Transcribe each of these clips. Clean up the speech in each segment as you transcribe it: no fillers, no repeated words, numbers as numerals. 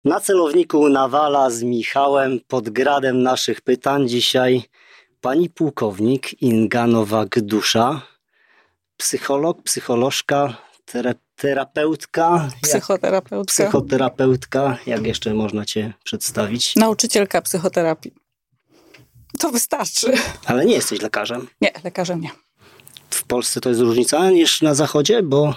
Na celowniku Nawala z Michałem pod gradem naszych pytań dzisiaj pani pułkownik Inga Nowak-Dusza, psycholog, psycholożka, terapeutka, psychoterapeutka, jak jeszcze można cię przedstawić? Nauczycielka psychoterapii. To wystarczy. Ale nie jesteś lekarzem? Nie, lekarzem nie. W Polsce to jest różnica niż na zachodzie, bo...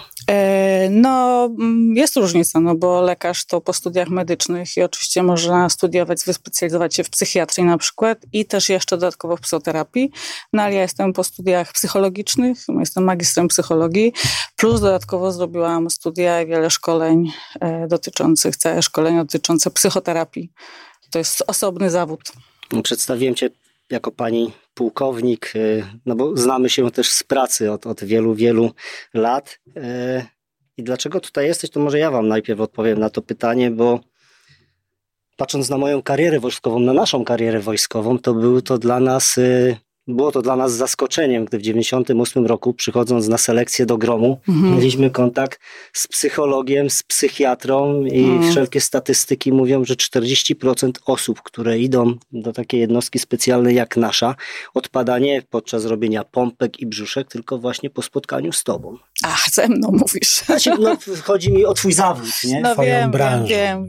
Jest różnica, bo lekarz to po studiach medycznych i oczywiście można studiować, wyspecjalizować się w psychiatrii na przykład i też jeszcze dodatkowo w psychoterapii. No ale ja jestem po studiach psychologicznych, jestem magistrem psychologii, plus dodatkowo zrobiłam studia i wiele szkoleń całe szkolenia dotyczące psychoterapii. To jest osobny zawód. Przedstawiłem cię jako pani pułkownik, bo znamy się też z pracy od wielu, wielu lat. I dlaczego tutaj jesteś, to może ja wam najpierw odpowiem na to pytanie, bo patrząc na moją karierę wojskową, na naszą karierę wojskową, to było to dla nas zaskoczeniem, gdy w 1998 roku, przychodząc na selekcję do Gromu, mieliśmy kontakt z psychologiem, z psychiatrą i wszelkie statystyki mówią, że 40% osób, które idą do takiej jednostki specjalnej jak nasza, odpada nie podczas robienia pompek i brzuszek, tylko właśnie po spotkaniu z tobą. Ach, ze mną mówisz. Znaczy, chodzi mi o twój zawód, nie? No Twoją wiem.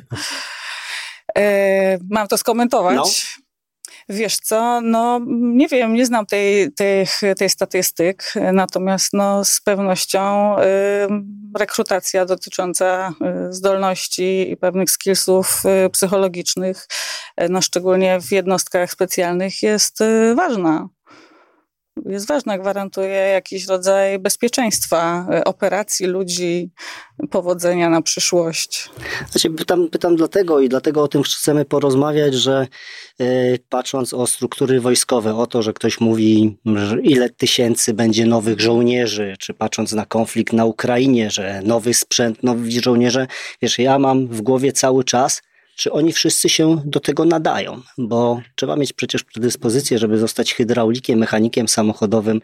Mam to skomentować. Wiesz co, nie wiem, nie znam tej statystyk, natomiast z pewnością rekrutacja dotycząca zdolności i pewnych skillsów psychologicznych, szczególnie w jednostkach specjalnych jest ważna. Jest ważna, gwarantuje jakiś rodzaj bezpieczeństwa operacji ludzi, powodzenia na przyszłość. Znaczy, pytam dlatego o tym chcemy porozmawiać, że patrząc o struktury wojskowe, o to, że ktoś mówi, że ile tysięcy będzie nowych żołnierzy, czy patrząc na konflikt na Ukrainie, że nowy sprzęt, nowi żołnierze, wiesz, ja mam w głowie cały czas, czy oni wszyscy się do tego nadają, bo trzeba mieć przecież predyspozycję, żeby zostać hydraulikiem, mechanikiem samochodowym,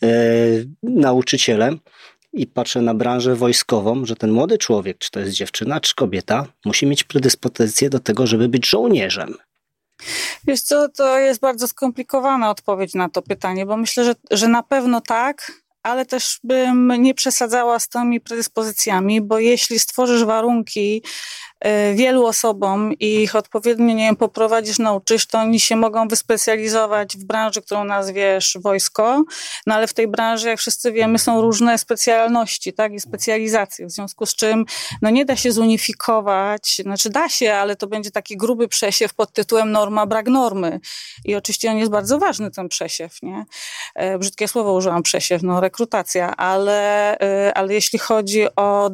nauczycielem. I patrzę na branżę wojskową, że ten młody człowiek, czy to jest dziewczyna, czy kobieta, musi mieć predyspozycję do tego, żeby być żołnierzem. Wiesz co, to jest bardzo skomplikowana odpowiedź na to pytanie, bo myślę, że na pewno tak, ale też bym nie przesadzała z tymi predyspozycjami, bo jeśli stworzysz warunki wielu osobom i ich odpowiednio, poprowadzisz, nauczysz, to oni się mogą wyspecjalizować w branży, którą nazwiesz wojsko, ale w tej branży, jak wszyscy wiemy, są różne specjalności, tak, i specjalizacje, w związku z czym nie da się zunifikować, da się, ale to będzie taki gruby przesiew pod tytułem norma, brak normy. I oczywiście on jest bardzo ważny, ten przesiew, nie? Brzydkie słowo użyłam, przesiew, rekrutacja, ale jeśli chodzi o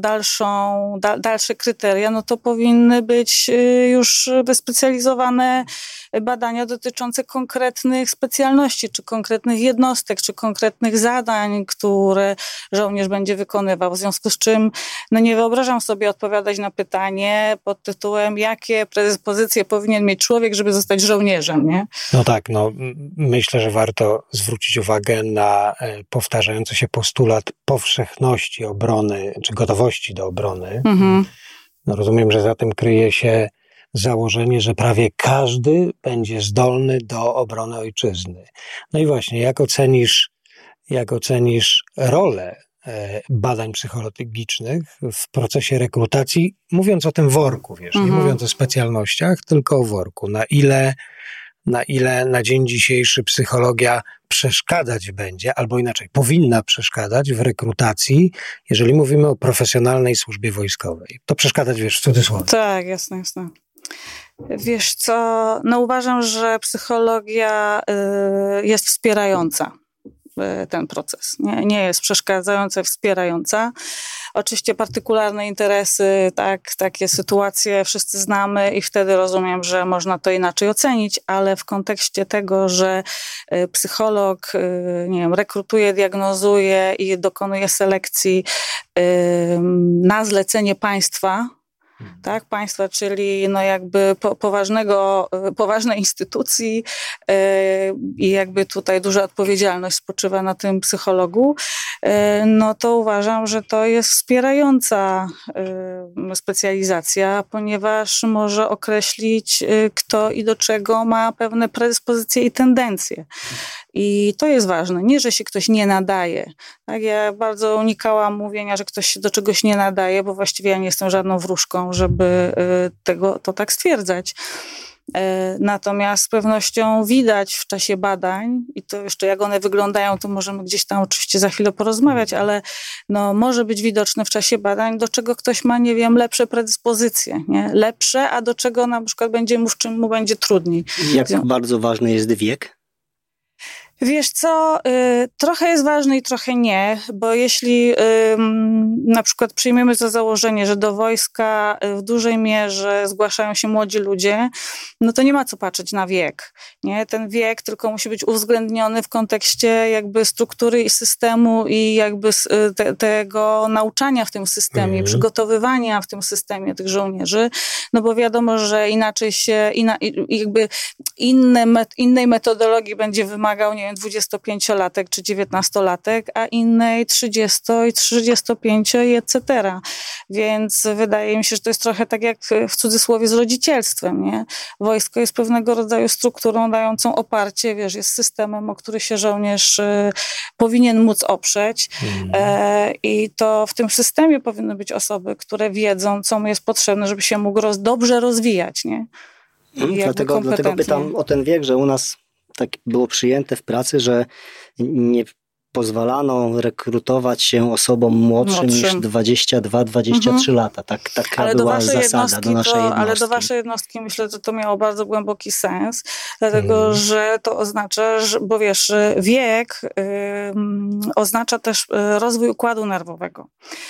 dalsze kryteria, to powinny być już wyspecjalizowane badania dotyczące konkretnych specjalności, czy konkretnych jednostek, czy konkretnych zadań, które żołnierz będzie wykonywał. W związku z czym nie wyobrażam sobie odpowiadać na pytanie pod tytułem, jakie predyspozycje powinien mieć człowiek, żeby zostać żołnierzem, nie? No tak, myślę, że warto zwrócić uwagę na powtarzający się postulat powszechności obrony, czy gotowości do obrony. Rozumiem, że za tym kryje się założenie, że prawie każdy będzie zdolny do obrony ojczyzny. No i właśnie, jak ocenisz rolę badań psychologicznych w procesie rekrutacji, mówiąc o tym worku, wiesz, nie mówiąc o specjalnościach, tylko o worku. Na ile na dzień dzisiejszy psychologia przeszkadzać będzie, albo inaczej, powinna przeszkadzać w rekrutacji, jeżeli mówimy o profesjonalnej służbie wojskowej. To przeszkadzać, wiesz, w cudzysłowie. Tak, jasne. Wiesz co, uważam, że psychologia jest wspierająca ten proces. Nie jest przeszkadzająca, wspierająca. Oczywiście partykularne interesy, takie sytuacje wszyscy znamy i wtedy rozumiem, że można to inaczej ocenić, ale w kontekście tego, że psycholog, rekrutuje, diagnozuje i dokonuje selekcji na zlecenie państwa, tak, państwa, czyli no jakby poważnej instytucji i jakby tutaj duża odpowiedzialność spoczywa na tym psychologu, no to uważam, że to jest wspierająca specjalizacja, ponieważ może określić, kto i do czego ma pewne predyspozycje i tendencje. I to jest ważne. Nie, że się ktoś nie nadaje. Tak, ja bardzo unikałam mówienia, że ktoś się do czegoś nie nadaje, bo właściwie ja nie jestem żadną wróżką, żeby to tak stwierdzać. Natomiast z pewnością widać w czasie badań, i to jeszcze jak one wyglądają, to możemy gdzieś tam oczywiście za chwilę porozmawiać, ale no, może być widoczne w czasie badań, do czego ktoś ma, nie wiem, lepsze predyspozycje, nie? Lepsze, a do czego na przykład w czym mu będzie trudniej. Jak bardzo ważny jest wiek? Wiesz co, trochę jest ważny i trochę nie, bo jeśli na przykład przyjmiemy za założenie, że do wojska w dużej mierze zgłaszają się młodzi ludzie, no to nie ma co patrzeć na wiek, nie? Ten wiek tylko musi być uwzględniony w kontekście jakby struktury i systemu i jakby tego nauczania w tym systemie, przygotowywania w tym systemie tych żołnierzy, no bo wiadomo, że inaczej się, jakby innej metodologii będzie wymagał, nie wiem, 25-latek czy 19-latek, a innej 30 i 35 i etc. Więc wydaje mi się, że to jest trochę tak jak w cudzysłowie z rodzicielstwem, nie? Wojsko jest pewnego rodzaju strukturą dającą oparcie, wiesz, jest systemem, o który się żołnierz powinien móc oprzeć i to w tym systemie powinny być osoby, które wiedzą, co mu jest potrzebne, żeby się mógł dobrze rozwijać, nie? Dlatego pytam o ten wiek, że u nas tak było przyjęte w pracy, że nie pozwalano rekrutować się osobom młodszym niż 22-23 lata. Taka była zasada do naszej jednostki. Ale do waszej jednostki myślę, że to miało bardzo głęboki sens, dlatego że to oznacza, bo wiesz, wiek oznacza też rozwój układu nerwowego.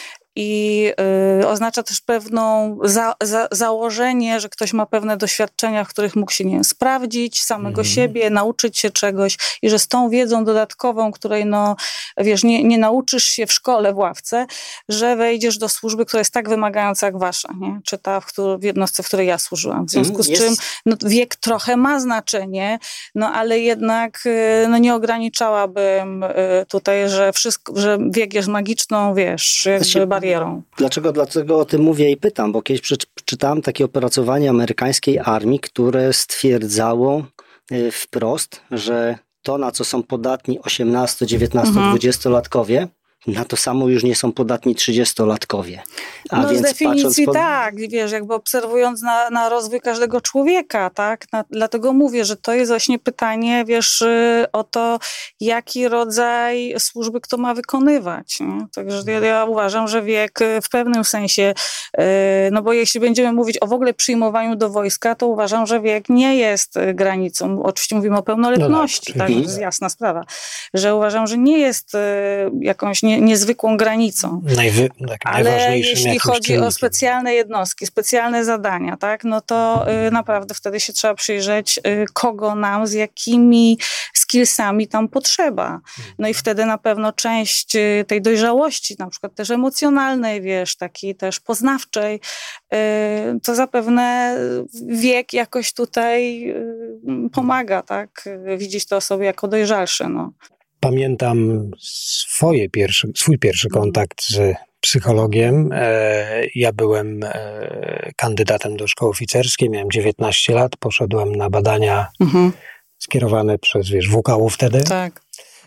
I oznacza też pewną założenie, że ktoś ma pewne doświadczenia, w których mógł się, nie wiem, sprawdzić samego siebie, nauczyć się czegoś i że z tą wiedzą dodatkową, której no, wiesz, nie nauczysz się w szkole, w ławce, że wejdziesz do służby, która jest tak wymagająca jak wasza, nie? Czy ta, w jednostce, w której ja służyłam. W związku z czym no, wiek trochę ma znaczenie, no ale jednak no, nie ograniczałabym tutaj, że wiek jest magiczną, wiesz, jakby barierą. Dlaczego o tym mówię i pytam? Bo kiedyś przeczytałem takie opracowanie amerykańskiej armii, które stwierdzało wprost, że to, na co są podatni 18, 19, 20-latkowie, na to samo już nie są podatni 30-latkowie. No więc z definicji tak, wiesz, jakby obserwując na rozwój każdego człowieka, tak? Dlatego mówię, że to jest właśnie pytanie, wiesz, o to, jaki rodzaj służby kto ma wykonywać. Nie? Także ja uważam, że wiek w pewnym sensie, no bo jeśli będziemy mówić o w ogóle przyjmowaniu do wojska, to uważam, że wiek nie jest granicą. Oczywiście mówimy o pełnoletności, tak? To jest jasna sprawa. Że uważam, że nie jest jakąś niezwykłą granicą. Ale jeśli chodzi o specjalne jednostki, specjalne zadania, tak, no to naprawdę wtedy się trzeba przyjrzeć, kogo nam, z jakimi skillsami tam potrzeba. No i wtedy na pewno część tej dojrzałości, na przykład też emocjonalnej, wiesz, takiej też poznawczej, to zapewne wiek jakoś tutaj pomaga, tak, widzieć te osoby jako dojrzalsze, no. Pamiętam swój pierwszy kontakt z psychologiem. Ja byłem kandydatem do szkoły oficerskiej, miałem 19 lat, poszedłem na badania skierowane przez, WKU wtedy. Tak.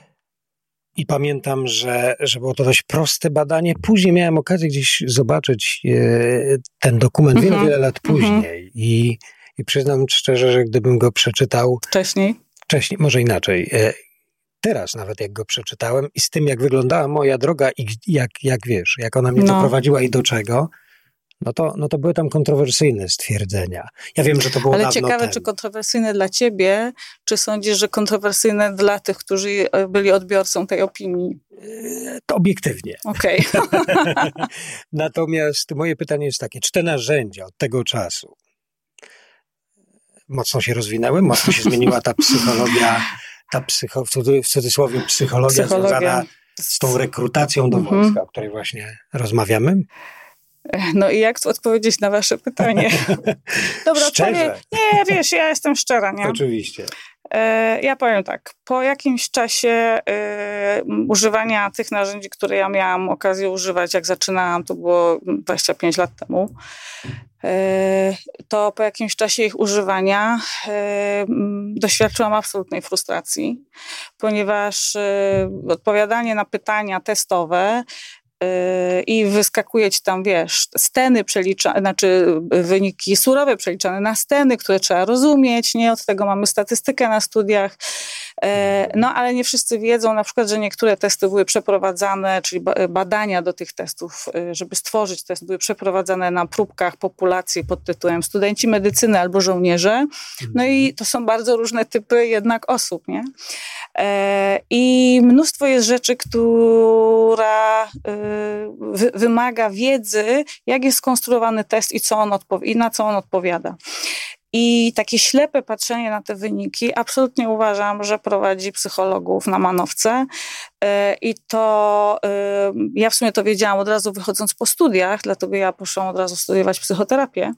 I pamiętam, że było to dość proste badanie. Później miałem okazję gdzieś zobaczyć ten dokument wiele lat później. I przyznam szczerze, że gdybym go przeczytał wcześniej, może inaczej. Teraz nawet jak go przeczytałem i z tym, jak wyglądała moja droga i jak ona mnie doprowadziła i do czego, no to były tam kontrowersyjne stwierdzenia. Ja wiem, że to było dawno temu. Ale ciekawe, czy kontrowersyjne dla ciebie, czy sądzisz, że kontrowersyjne dla tych, którzy byli odbiorcą tej opinii? To obiektywnie. Okej. Natomiast moje pytanie jest takie, czy te narzędzia od tego czasu mocno się rozwinęły, mocno się zmieniła ta psychologia, w cudzysłowie psychologia związana z tą rekrutacją do wojska, o której właśnie rozmawiamy? No i jak tu odpowiedzieć na wasze pytanie? Dobra, Szczerze. Nie, wiesz, ja jestem szczera, nie? Oczywiście. Ja powiem tak, po jakimś czasie używania tych narzędzi, które ja miałam okazję używać, jak zaczynałam, to było 25 lat temu, to po jakimś czasie ich używania doświadczyłam absolutnej frustracji, ponieważ odpowiadanie na pytania testowe i wyskakuje ci tam, wiesz, sceny przeliczane, znaczy wyniki surowe przeliczane na sceny, które trzeba rozumieć, nie? Od tego mamy statystykę na studiach. No, ale nie wszyscy wiedzą na przykład, że niektóre testy były przeprowadzane, czyli badania do tych testów, żeby stworzyć test, były przeprowadzane na próbkach populacji pod tytułem studenci medycyny albo żołnierze. No i to są bardzo różne typy jednak osób, nie? I mnóstwo jest rzeczy, która wymaga wiedzy, jak jest skonstruowany test i i na co on odpowiada. I takie ślepe patrzenie na te wyniki absolutnie uważam, że prowadzi psychologów na manowce. I to ja w sumie to wiedziałam od razu wychodząc po studiach, dlatego ja poszłam od razu studiować psychoterapię.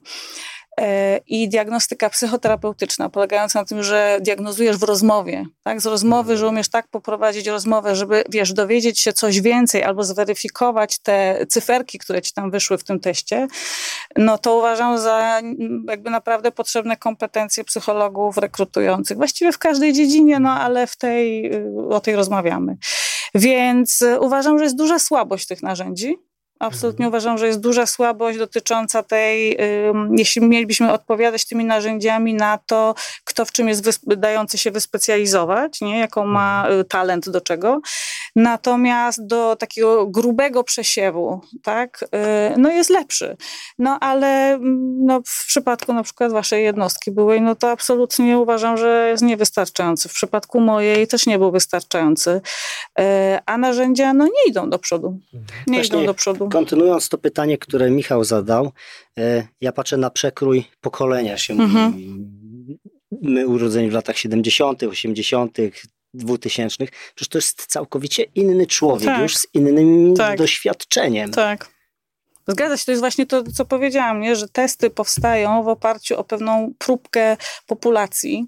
I diagnostyka psychoterapeutyczna polegająca na tym, że diagnozujesz w rozmowie, tak? Z rozmowy, że umiesz tak poprowadzić rozmowę, żeby, wiesz, dowiedzieć się coś więcej albo zweryfikować te cyferki, które ci tam wyszły w tym teście, no to uważam za jakby naprawdę potrzebne kompetencje psychologów rekrutujących. Właściwie w każdej dziedzinie, no ale o tej rozmawiamy. Więc uważam, że jest duża słabość tych narzędzi. Absolutnie uważam, że jest duża słabość dotycząca tej, jeśli mielibyśmy odpowiadać tymi narzędziami na to, kto w czym jest dający się wyspecjalizować, nie? Jaką ma talent do czego. Natomiast do takiego grubego przesiewu, tak, no jest lepszy. No ale no, w przypadku na przykład waszej jednostki byłej, no to absolutnie uważam, że jest niewystarczający. W przypadku mojej też nie był wystarczający. A narzędzia no nie idą do przodu. Nie idą do przodu. Kontynuując to pytanie, które Michał zadał, ja patrzę na przekrój pokolenia się. My urodzeni w latach 70., 80., 2000. Przecież to jest całkowicie inny człowiek, tak, już z innym doświadczeniem. Tak. Zgadza się, to jest właśnie to, co powiedziałam, nie? Że testy powstają w oparciu o pewną próbkę populacji.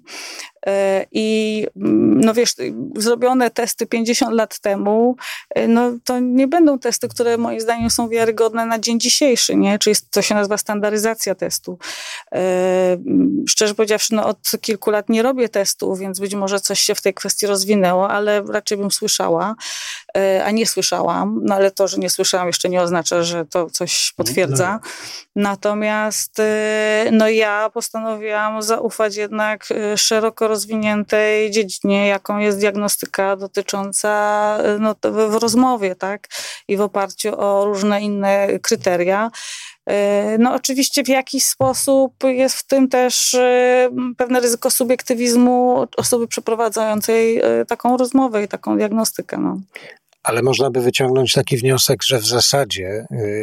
I no wiesz, zrobione testy 50 lat temu, no to nie będą testy, które moim zdaniem są wiarygodne na dzień dzisiejszy, nie? Czyli to się nazywa standaryzacja testu. Szczerze powiedziawszy, no od kilku lat nie robię testów, więc być może coś się w tej kwestii rozwinęło, ale raczej bym słyszała, a nie słyszałam, no ale to, że nie słyszałam jeszcze nie oznacza, że to coś potwierdza. Natomiast no ja postanowiłam zaufać jednak szeroko rozwiniętej dziedzinie, jaką jest diagnostyka dotycząca no, w rozmowie, tak? I w oparciu o różne inne kryteria. No oczywiście w jakiś sposób jest w tym też pewne ryzyko subiektywizmu osoby przeprowadzającej taką rozmowę i taką diagnostykę. No. Ale można by wyciągnąć taki wniosek, że w zasadzie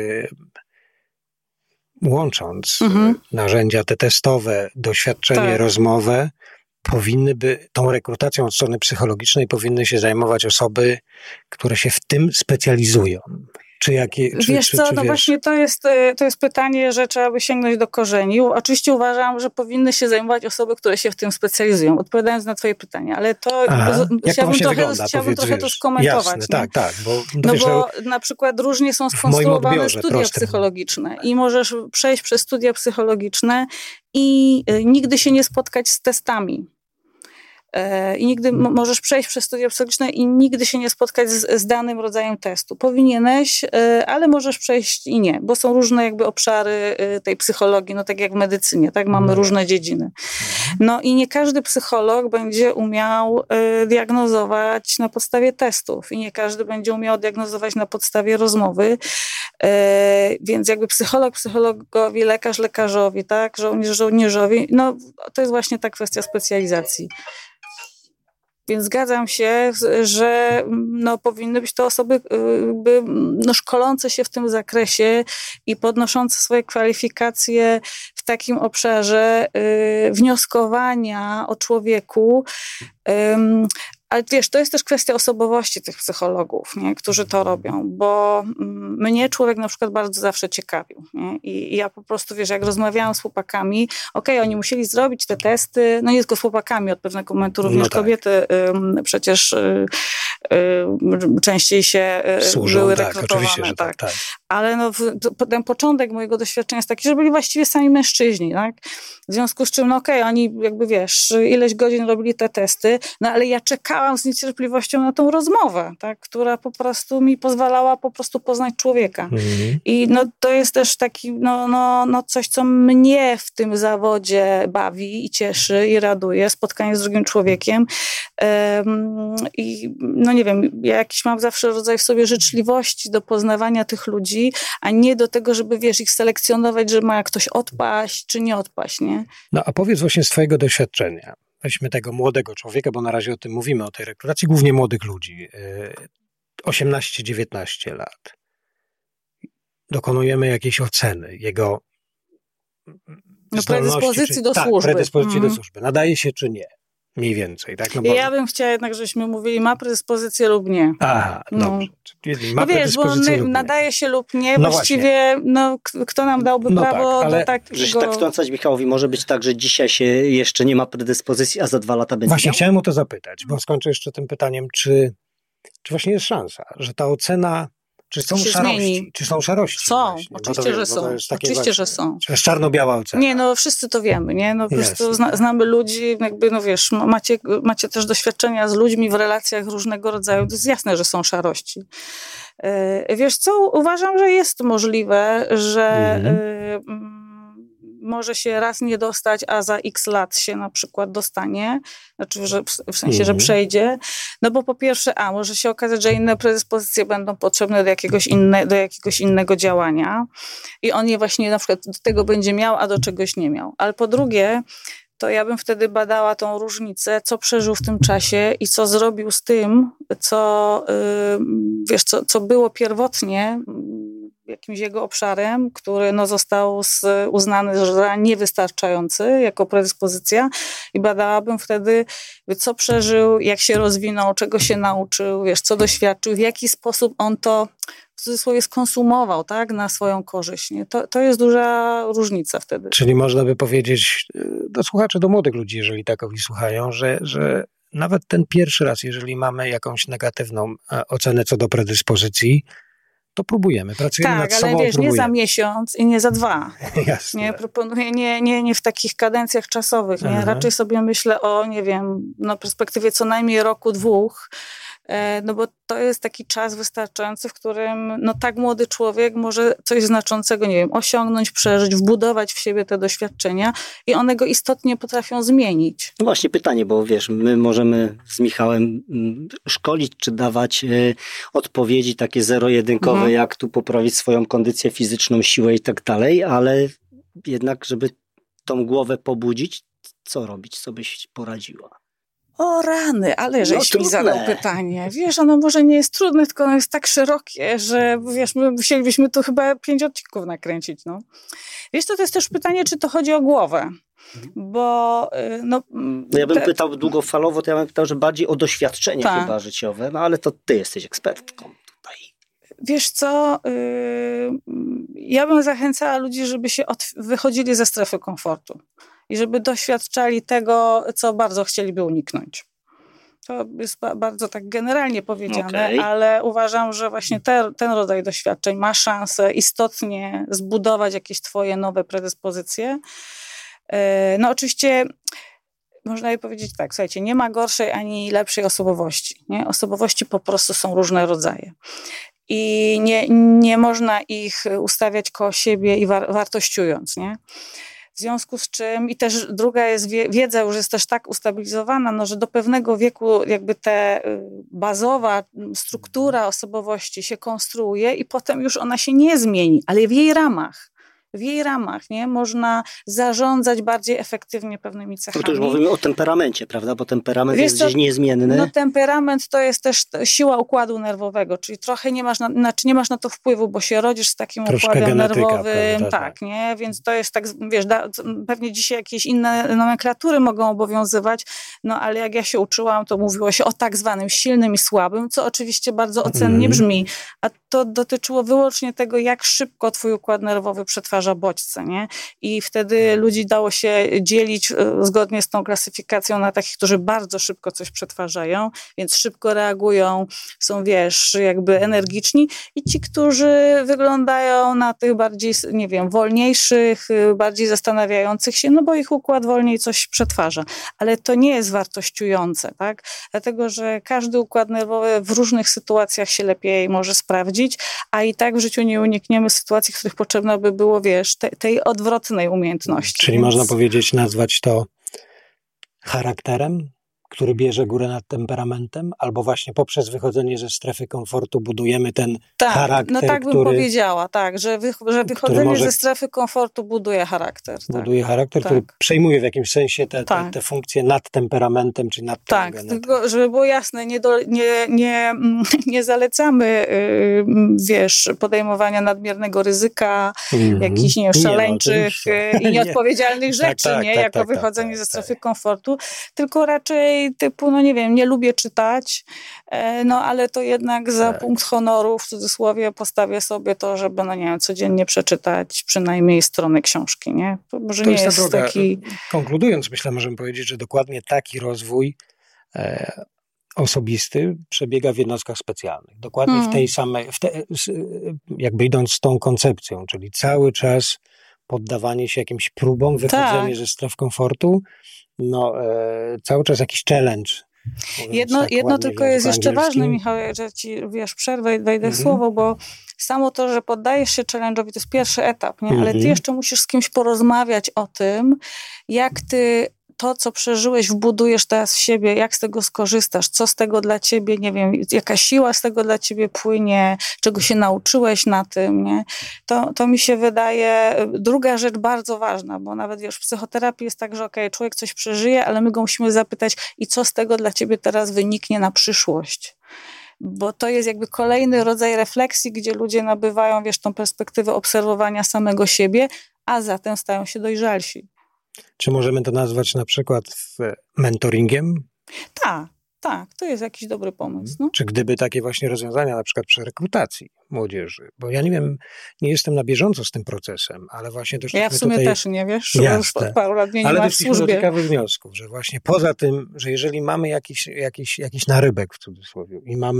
łącząc narzędzia te testowe, doświadczenie rozmowe, tą rekrutacją od strony psychologicznej powinny się zajmować osoby, które się w tym specjalizują. Wiesz co, no właśnie to jest pytanie, że trzeba by sięgnąć do korzeni. Oczywiście uważam, że powinny się zajmować osoby, które się w tym specjalizują, odpowiadając na twoje pytanie, ale to chciałbym trochę to skomentować. Jasne, tak, bo na przykład różnie są skonstruowane studia psychologiczne i możesz przejść przez studia psychologiczne i nigdy się nie spotkać z testami. I nigdy możesz przejść przez studia psychologiczne i nigdy się nie spotkać z danym rodzajem testu. Powinieneś, ale możesz przejść i nie, bo są różne jakby obszary tej psychologii, no tak jak w medycynie, tak? Mamy różne dziedziny. No i nie każdy psycholog będzie umiał diagnozować na podstawie testów i nie każdy będzie umiał diagnozować na podstawie rozmowy, więc jakby psycholog psychologowi, lekarz lekarzowi, tak? Żołnierz żołnierzowi, no to jest właśnie ta kwestia specjalizacji. Więc zgadzam się, że no, powinny być to osoby szkolące się w tym zakresie i podnoszące swoje kwalifikacje w takim obszarze wnioskowania o człowieku, Ale wiesz, to jest też kwestia osobowości tych psychologów, nie? Którzy to robią, bo mnie człowiek na przykład bardzo zawsze ciekawił. Nie? I ja po prostu, wiesz, jak rozmawiałam z chłopakami, oni musieli zrobić te testy, no nie tylko z chłopakami, od pewnego momentu również kobiety przecież częściej się służą, były tak, rekrutowane. oczywiście, że tak. Ale no, ten początek mojego doświadczenia jest taki, że byli właściwie sami mężczyźni, tak? W związku z czym, oni jakby, wiesz, ileś godzin robili te testy, no ale ja czekałam z niecierpliwością na tą rozmowę, tak? Która po prostu mi pozwalała po prostu poznać człowieka. I no, to jest też taki, coś, co mnie w tym zawodzie bawi i cieszy i raduje, spotkanie z drugim człowiekiem. I no nie wiem, ja jakiś mam zawsze rodzaj w sobie życzliwości do poznawania tych ludzi, a nie do tego, żeby, wiesz, ich selekcjonować, że ma ktoś odpaść, czy nie odpaść, nie? No a powiedz właśnie z twojego doświadczenia, weźmy tego młodego człowieka, bo na razie o tym mówimy, o tej rekrutacji głównie młodych ludzi, 18-19 lat. Dokonujemy jakiejś oceny jego predyspozycji do służby. Predyspozycji do służby. Nadaje się czy nie? Mniej więcej, tak? Ja bym chciała jednak, żebyśmy mówili, ma predyspozycję lub nie. Aha, dobrze. Ma wiesz, bo nadaje się lub nie, właściwie, kto nam dałby prawo do takiego... Że się tak wtrącać Michałowi, może być tak, że dzisiaj się jeszcze nie ma predyspozycji, a za 2 lata będzie Właśnie miał? chciałem o to zapytać, bo skończę jeszcze tym pytaniem, czy właśnie jest szansa, że ta ocena, czy są szarości? Zmieni. Czy są szarości? Są, właśnie? oczywiście, że są. Oczywiście, że są. To jest czarno-biała ocena. Nie, wszyscy to wiemy, nie? Po prostu znamy ludzi, jakby, wiesz, macie też doświadczenia z ludźmi w relacjach różnego rodzaju, to jest jasne, że są szarości. Wiesz co, uważam, że jest możliwe, że może się raz nie dostać, a za x lat się na przykład dostanie, znaczy, że w sensie, że przejdzie, bo po pierwsze, może się okazać, że inne predyspozycje będą potrzebne do jakiegoś innego działania i on je właśnie na przykład do tego będzie miał, a do czegoś nie miał. Ale po drugie, to ja bym wtedy badała tą różnicę, co przeżył w tym czasie i co zrobił z tym, co, wiesz, co było pierwotnie jakimś jego obszarem, który został uznany za niewystarczający jako predyspozycja i badałabym wtedy, co przeżył, jak się rozwinął, czego się nauczył, wiesz, co doświadczył, w jaki sposób on to w cudzysłowie skonsumował, tak, na swoją korzyść. Nie? To jest duża różnica wtedy. Czyli można by powiedzieć do słuchaczy, do młodych ludzi, jeżeli takowi słuchają, że nawet ten pierwszy raz, jeżeli mamy jakąś negatywną ocenę co do predyspozycji, to próbujemy, pracujemy nad sobą. Tak, ale wiesz, nie za miesiąc i nie za 2. Jasne. Nie, proponuję nie w takich kadencjach czasowych. Nie? Raczej sobie myślę o, nie wiem, perspektywie co najmniej roku, 2, bo to jest taki czas wystarczający, w którym tak młody człowiek może coś znaczącego, nie wiem, osiągnąć, przeżyć, wbudować w siebie te doświadczenia i one go istotnie potrafią zmienić. No właśnie pytanie, bo wiesz, my możemy z Michałem szkolić, czy dawać odpowiedzi takie zero-jedynkowe, jak tu poprawić swoją kondycję fizyczną, siłę i tak dalej, ale jednak, żeby tą głowę pobudzić, co robić, co byś poradziła? O rany, ale żeś mi zadał pytanie. Wiesz, ono może nie jest trudne, tylko ono jest tak szerokie, że wiesz, my musielibyśmy tu chyba 5 odcinków nakręcić. Wiesz, to jest też pytanie, czy to chodzi o głowę. Bo ja bym pytał długofalowo, to ja bym pytał, że bardziej o doświadczenie chyba życiowe, ale to ty jesteś ekspertką tutaj. Wiesz co, ja bym zachęcała ludzi, żeby się wychodzili ze strefy komfortu i żeby doświadczali tego, co bardzo chcieliby uniknąć. To jest bardzo tak generalnie powiedziane, ale uważam, że właśnie ten rodzaj doświadczeń ma szansę istotnie zbudować jakieś twoje nowe predyspozycje. Oczywiście można by powiedzieć tak, słuchajcie, nie ma gorszej ani lepszej osobowości. Nie? Osobowości po prostu są różne rodzaje. I nie można ich ustawiać koło siebie i wartościując, nie? W związku z czym, i też druga jest wiedza już jest też tak ustabilizowana, że do pewnego wieku jakby ta bazowa struktura osobowości się konstruuje i potem już ona się nie zmieni, ale w jej ramach. w jej ramach, nie? Można zarządzać bardziej efektywnie pewnymi cechami. No to już mówimy o temperamencie, prawda? Bo temperament jest gdzieś niezmienny. No temperament to jest też siła układu nerwowego, czyli trochę nie masz na to wpływu, bo się rodzisz z takim troszkę układem genetyka, nerwowym, prawda, tak, nie? Więc to jest tak, wiesz, pewnie dzisiaj jakieś inne nomenklatury mogą obowiązywać, no ale jak ja się uczyłam, to mówiło się o tak zwanym silnym i słabym, co oczywiście bardzo ocennie brzmi, a to dotyczyło wyłącznie tego, jak szybko twój układ nerwowy przetwarza bodźce, nie? I wtedy ludzi dało się dzielić zgodnie z tą klasyfikacją na takich, którzy bardzo szybko coś przetwarzają, więc szybko reagują, są, wiesz, jakby energiczni, i ci, którzy wyglądają na tych bardziej, nie wiem, wolniejszych, bardziej zastanawiających się, no bo ich układ wolniej coś przetwarza. Ale to nie jest wartościujące, tak? Dlatego, że każdy układ nerwowy w różnych sytuacjach się lepiej może sprawdzić, a i tak w życiu nie unikniemy sytuacji, w których potrzebna by było, wiesz, tej odwrotnej umiejętności. Czyli można powiedzieć, nazwać to charakterem, który bierze górę nad temperamentem, albo właśnie poprzez wychodzenie ze strefy komfortu budujemy ten charakter, no tak bym powiedziała, tak, że wychodzenie ze strefy komfortu buduje charakter. Buduje charakter, który przejmuje w jakimś sensie te funkcje nad temperamentem, czy nad tą tylko żeby było jasne, nie zalecamy, wiesz, podejmowania nadmiernego ryzyka, jakichś, nie wiem, szaleńczych i nieodpowiedzialnych rzeczy, jako wychodzenie ze strefy komfortu, tylko raczej typu, no nie wiem, nie lubię czytać, no ale to jednak za punkt honoru, w cudzysłowie, postawię sobie to, żeby, no nie wiem, codziennie przeczytać przynajmniej stronę książki, nie? To może to nie jest taki... Konkludując, myślę, możemy powiedzieć, że dokładnie taki rozwój osobisty przebiega w jednostkach specjalnych. Dokładnie w tej samej, jakby idąc z tą koncepcją, czyli cały czas poddawanie się jakimś próbom, wychodzenie ze stref komfortu, cały czas jakiś challenge. Jedno tylko jest jeszcze ważne, Michał, że ci, wiesz, przerwę i wejdę w słowo, bo samo to, że poddajesz się challenge'owi, to jest pierwszy etap, nie? Ale ty jeszcze musisz z kimś porozmawiać o tym, jak ty to, co przeżyłeś, wbudujesz teraz w siebie, jak z tego skorzystasz, co z tego dla ciebie, nie wiem, jaka siła z tego dla ciebie płynie, czego się nauczyłeś na tym, nie? To mi się wydaje druga rzecz bardzo ważna, bo nawet, wiesz, w psychoterapii jest tak, że człowiek coś przeżyje, ale my go musimy zapytać, i co z tego dla ciebie teraz wyniknie na przyszłość? Bo to jest jakby kolejny rodzaj refleksji, gdzie ludzie nabywają, wiesz, tą perspektywę obserwowania samego siebie, a zatem stają się dojrzalsi. Czy możemy to nazwać na przykład mentoringiem? Tak, to jest jakiś dobry pomysł. No. Czy gdyby takie właśnie rozwiązania, na przykład przy rekrutacji młodzieży, bo ja nie wiem, nie jestem na bieżąco z tym procesem, ale właśnie też... Ja w sumie też nie, wiesz, już od paru lat nie ma w doszliśmy służbie. do ciekawych wniosków, że właśnie poza tym, że jeżeli mamy jakiś narybek w cudzysłowie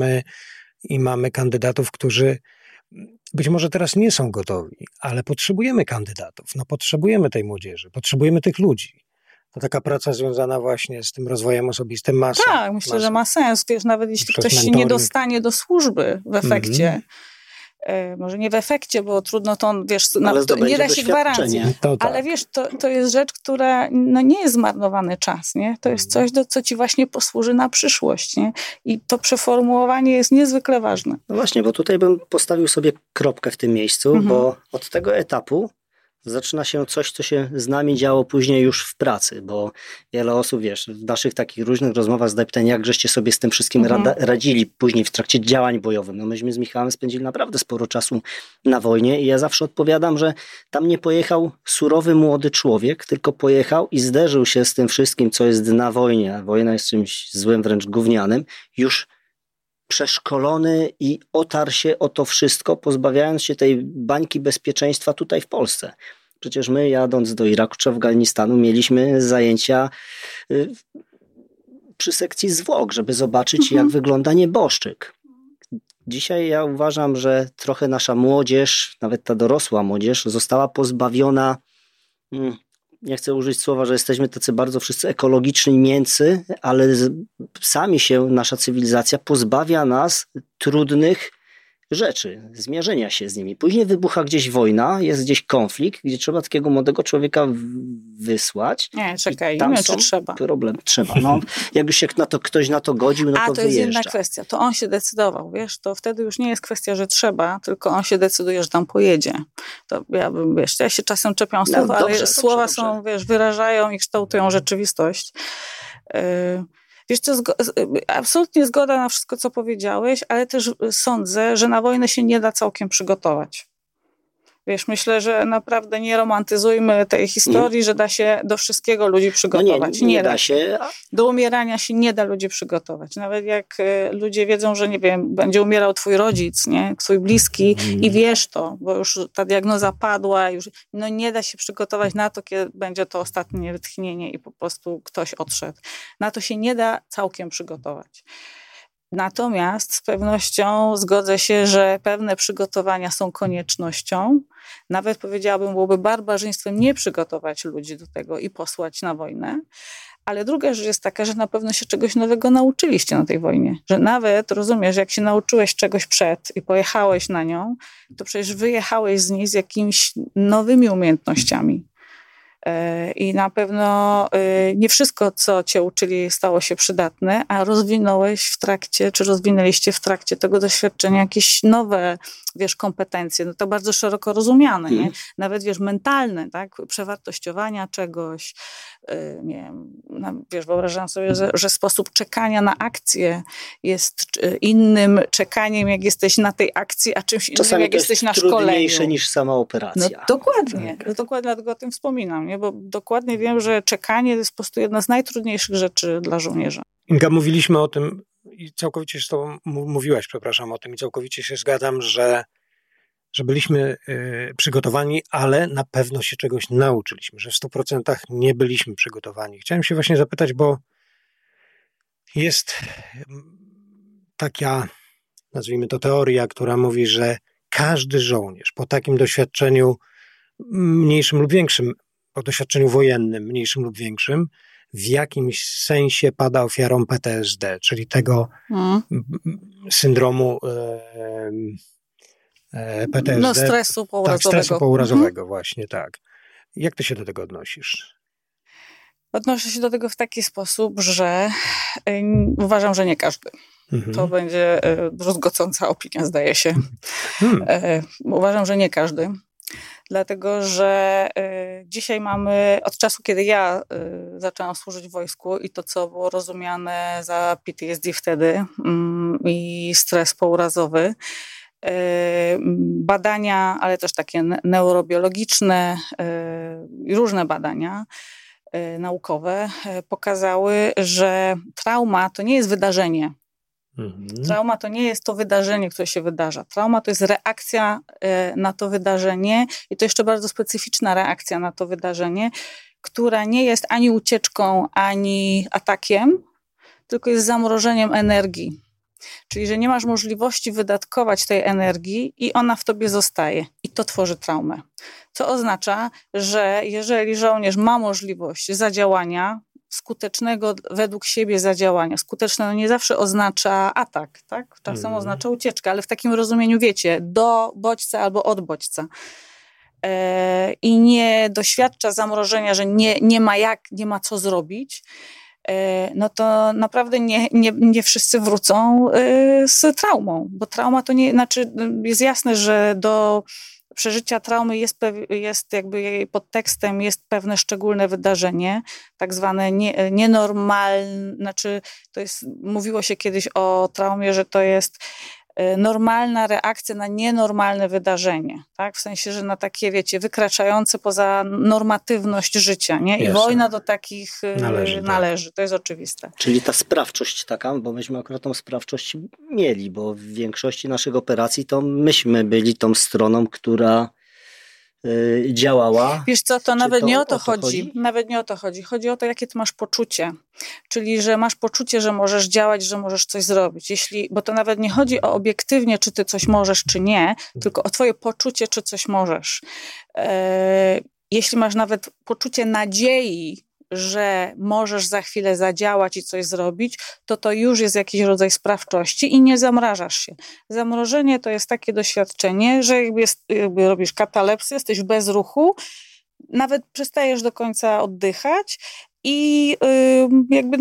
i mamy kandydatów, którzy być może teraz nie są gotowi, ale potrzebujemy kandydatów, potrzebujemy tej młodzieży, potrzebujemy tych ludzi. To taka praca związana właśnie z tym rozwojem osobistym ma sens. Tak, myślę, że ma sens. Wiesz, nawet jeśli ktoś się nie dostanie do służby w efekcie, może nie w efekcie, bo trudno to, wiesz, nie da się gwarancji. Ale wiesz, to jest rzecz, która nie jest zmarnowany czas, nie? To jest coś, co ci właśnie posłuży na przyszłość, nie? I to przeformułowanie jest niezwykle ważne. No właśnie, bo tutaj bym postawił sobie kropkę w tym miejscu, bo od tego etapu zaczyna się coś, co się z nami działo później już w pracy, bo wiele osób, wiesz, w naszych takich różnych rozmowach zadaje pytanie, jak żeście sobie z tym wszystkim radzili później w trakcie działań bojowych. No myśmy z Michałem spędzili naprawdę sporo czasu na wojnie i ja zawsze odpowiadam, że tam nie pojechał surowy młody człowiek, tylko pojechał i zderzył się z tym wszystkim, co jest na wojnie, a wojna jest czymś złym, wręcz gównianym, już przeszkolony i otarł się o to wszystko, pozbawiając się tej bańki bezpieczeństwa tutaj w Polsce. Przecież my, jadąc do Iraku czy Afganistanu, mieliśmy zajęcia przy sekcji zwłok, żeby zobaczyć, jak wygląda nieboszczyk. Dzisiaj ja uważam, że trochę nasza młodzież, nawet ta dorosła młodzież, została pozbawiona, nie chcę użyć słowa, że jesteśmy tacy bardzo wszyscy ekologiczni, mięcy, ale sami się, nasza cywilizacja pozbawia nas trudnych rzeczy, zmierzenia się z nimi. Później wybucha gdzieś wojna, jest gdzieś konflikt, gdzie trzeba takiego młodego człowieka wysłać. Nie, czekaj, nie wiem, czy trzeba. Problem, trzeba. No, jak już się ktoś na to godził, no to to wyjeżdża. jest inna kwestia. To on się decydował, wiesz, to wtedy już nie jest kwestia, że trzeba, tylko on się decyduje, że tam pojedzie. To ja się czasem czepiam słów, ale słowa są, wiesz, wyrażają i kształtują rzeczywistość. Wiesz co, absolutnie zgoda na wszystko, co powiedziałeś, ale też sądzę, że na wojnę się nie da całkiem przygotować. Wiesz, myślę, że naprawdę nie romantyzujmy tej historii, że da się do wszystkiego ludzi przygotować. No nie da się. Do umierania się nie da ludzi przygotować. Nawet jak ludzie wiedzą, że nie wiem, będzie umierał twój rodzic, nie? Twój bliski i wiesz to, bo już ta diagnoza padła, już nie da się przygotować na to, kiedy będzie to ostatnie wytchnienie i po prostu ktoś odszedł. Na to się nie da całkiem przygotować. Natomiast z pewnością zgodzę się, że pewne przygotowania są koniecznością. Nawet powiedziałabym, byłoby barbarzyństwem nie przygotować ludzi do tego i posłać na wojnę. Ale druga rzecz jest taka, że na pewno się czegoś nowego nauczyliście na tej wojnie. Że nawet, rozumiesz, jak się nauczyłeś czegoś przed i pojechałeś na nią, to przecież wyjechałeś z niej z jakimiś nowymi umiejętnościami. I na pewno nie wszystko, co cię uczyli, stało się przydatne, a rozwinęliście w trakcie tego doświadczenia jakieś nowe, wiesz, kompetencje, no to bardzo szeroko rozumiane, nie? Nawet, wiesz, mentalne, tak? Przewartościowania czegoś, nie wiem, wiesz, wyobrażam sobie, że sposób czekania na akcję jest innym czekaniem, jak jesteś na tej akcji, a czymś innym, czasami jak jesteś na szkoleniu. Czasami trudniejsze niż sama operacja. No dokładnie, dokładnie dlatego o tym wspominam, nie? Bo dokładnie wiem, że czekanie jest po prostu jedna z najtrudniejszych rzeczy dla żołnierza. Inga, mówiliśmy o tym i całkowicie z tobą mówiłaś, przepraszam, o tym i całkowicie się zgadzam, że byliśmy przygotowani, ale na pewno się czegoś nauczyliśmy, że w 100% nie byliśmy przygotowani. Chciałem się właśnie zapytać, bo jest taka, nazwijmy to, teoria, która mówi, że każdy żołnierz po takim doświadczeniu mniejszym lub większym, po doświadczeniu wojennym mniejszym lub większym, w jakimś sensie pada ofiarą PTSD, czyli tego syndromu PTSD. No, stresu pourazowego. Tak, stresu pourazowego, właśnie, tak. Jak ty się do tego odnosisz? Odnoszę się do tego w taki sposób, że uważam, że nie każdy. To będzie druzgocąca opinia, zdaje się. Uważam, że nie każdy. Dlatego, że dzisiaj mamy, od czasu, kiedy ja zaczęłam służyć w wojsku i to, co było rozumiane za PTSD wtedy i stres pourazowy, badania, ale też takie neurobiologiczne i różne badania naukowe pokazały, że trauma to nie jest wydarzenie. Trauma to nie jest to wydarzenie, które się wydarza. Trauma to jest reakcja na to wydarzenie i to jeszcze bardzo specyficzna reakcja na to wydarzenie, która nie jest ani ucieczką, ani atakiem, tylko jest zamrożeniem energii. Czyli, że nie masz możliwości wydatkować tej energii i ona w tobie zostaje. I to tworzy traumę. Co oznacza, że jeżeli żołnierz ma możliwość zadziałania, skutecznego według siebie zadziałania. Skuteczne nie zawsze oznacza atak, tak? Czasem oznacza ucieczkę, ale w takim rozumieniu, wiecie, do bodźca albo od bodźca. I nie doświadcza zamrożenia, że nie ma co zrobić, no to naprawdę nie wszyscy wrócą z traumą, bo trauma to nie, znaczy jest jasne, że do przeżycia traumy jest jakby jej podtekstem jest pewne szczególne wydarzenie, tak zwane nienormalne, znaczy to jest, mówiło się kiedyś o traumie, że to jest normalna reakcja na nienormalne wydarzenie, tak? W sensie, że na takie, wiecie, wykraczające poza normatywność życia, nie? I wojna do takich należy. To jest oczywiste. Czyli ta sprawczość taka, bo myśmy akurat tą sprawczość mieli, bo w większości naszych operacji to myśmy byli tą stroną, która działała. Wiesz co, to nawet nie o to chodzi. Nawet nie o to chodzi. Chodzi o to, jakie ty masz poczucie. Czyli, że masz poczucie, że możesz działać, że możesz coś zrobić. Bo to nawet nie chodzi o obiektywnie, czy ty coś możesz, czy nie, tylko o twoje poczucie, czy coś możesz. Jeśli masz nawet poczucie nadziei, że możesz za chwilę zadziałać i coś zrobić, to już jest jakiś rodzaj sprawczości i nie zamrażasz się. Zamrożenie to jest takie doświadczenie, że jakby robisz katalepsy, jesteś w bezruchu, nawet przestajesz do końca oddychać i jakby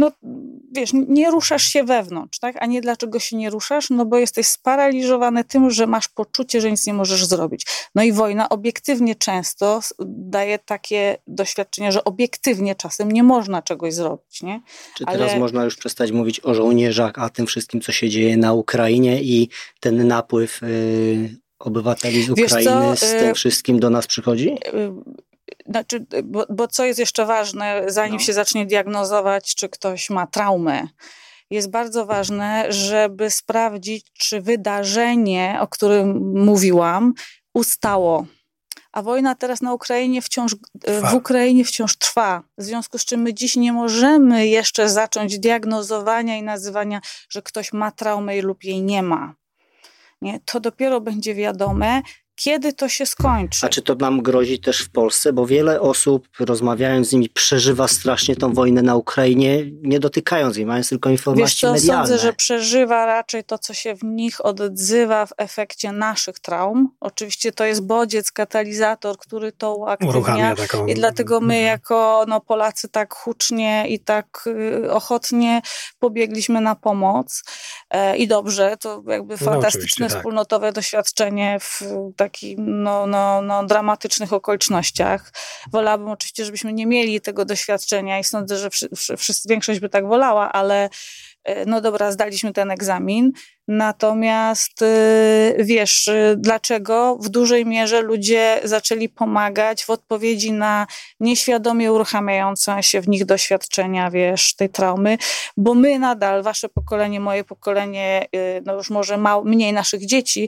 nie ruszasz się wewnątrz, tak? A nie dlaczego się nie ruszasz? No bo jesteś sparaliżowany tym, że masz poczucie, że nic nie możesz zrobić. No i wojna obiektywnie często daje takie doświadczenie, że obiektywnie czasem nie można czegoś zrobić, nie? Czy teraz można już przestać mówić o żołnierzach, a tym wszystkim, co się dzieje na Ukrainie i ten napływ obywateli z Ukrainy z tym wszystkim do nas przychodzi? Znaczy, bo co jest jeszcze ważne, zanim się zacznie diagnozować, czy ktoś ma traumę, jest bardzo ważne, żeby sprawdzić, czy wydarzenie, o którym mówiłam, ustało. A wojna teraz w Ukrainie wciąż trwa. W związku z czym my dziś nie możemy jeszcze zacząć diagnozowania i nazywania, że ktoś ma traumę lub jej nie ma. Nie? To dopiero będzie wiadome, kiedy to się skończy. A czy to nam grozi też w Polsce? Bo wiele osób, rozmawiając z nimi, przeżywa strasznie tą wojnę na Ukrainie, nie dotykając jej, mając tylko informacje medialne. Sądzę, że przeżywa raczej to, co się w nich odzywa w efekcie naszych traum. Oczywiście to jest bodziec, katalizator, który to uaktywnia. I dlatego my jako Polacy tak hucznie i tak ochotnie pobiegliśmy na pomoc. I dobrze, to jakby fantastyczne wspólnotowe doświadczenie w takich dramatycznych okolicznościach. Wolałabym oczywiście, żebyśmy nie mieli tego doświadczenia i sądzę, że większość by tak wolała, ale dobra, zdaliśmy ten egzamin. Natomiast wiesz, dlaczego w dużej mierze ludzie zaczęli pomagać w odpowiedzi na nieświadomie uruchamiające się w nich doświadczenia, wiesz, tej traumy, bo my nadal, wasze pokolenie, moje pokolenie, już może mniej naszych dzieci,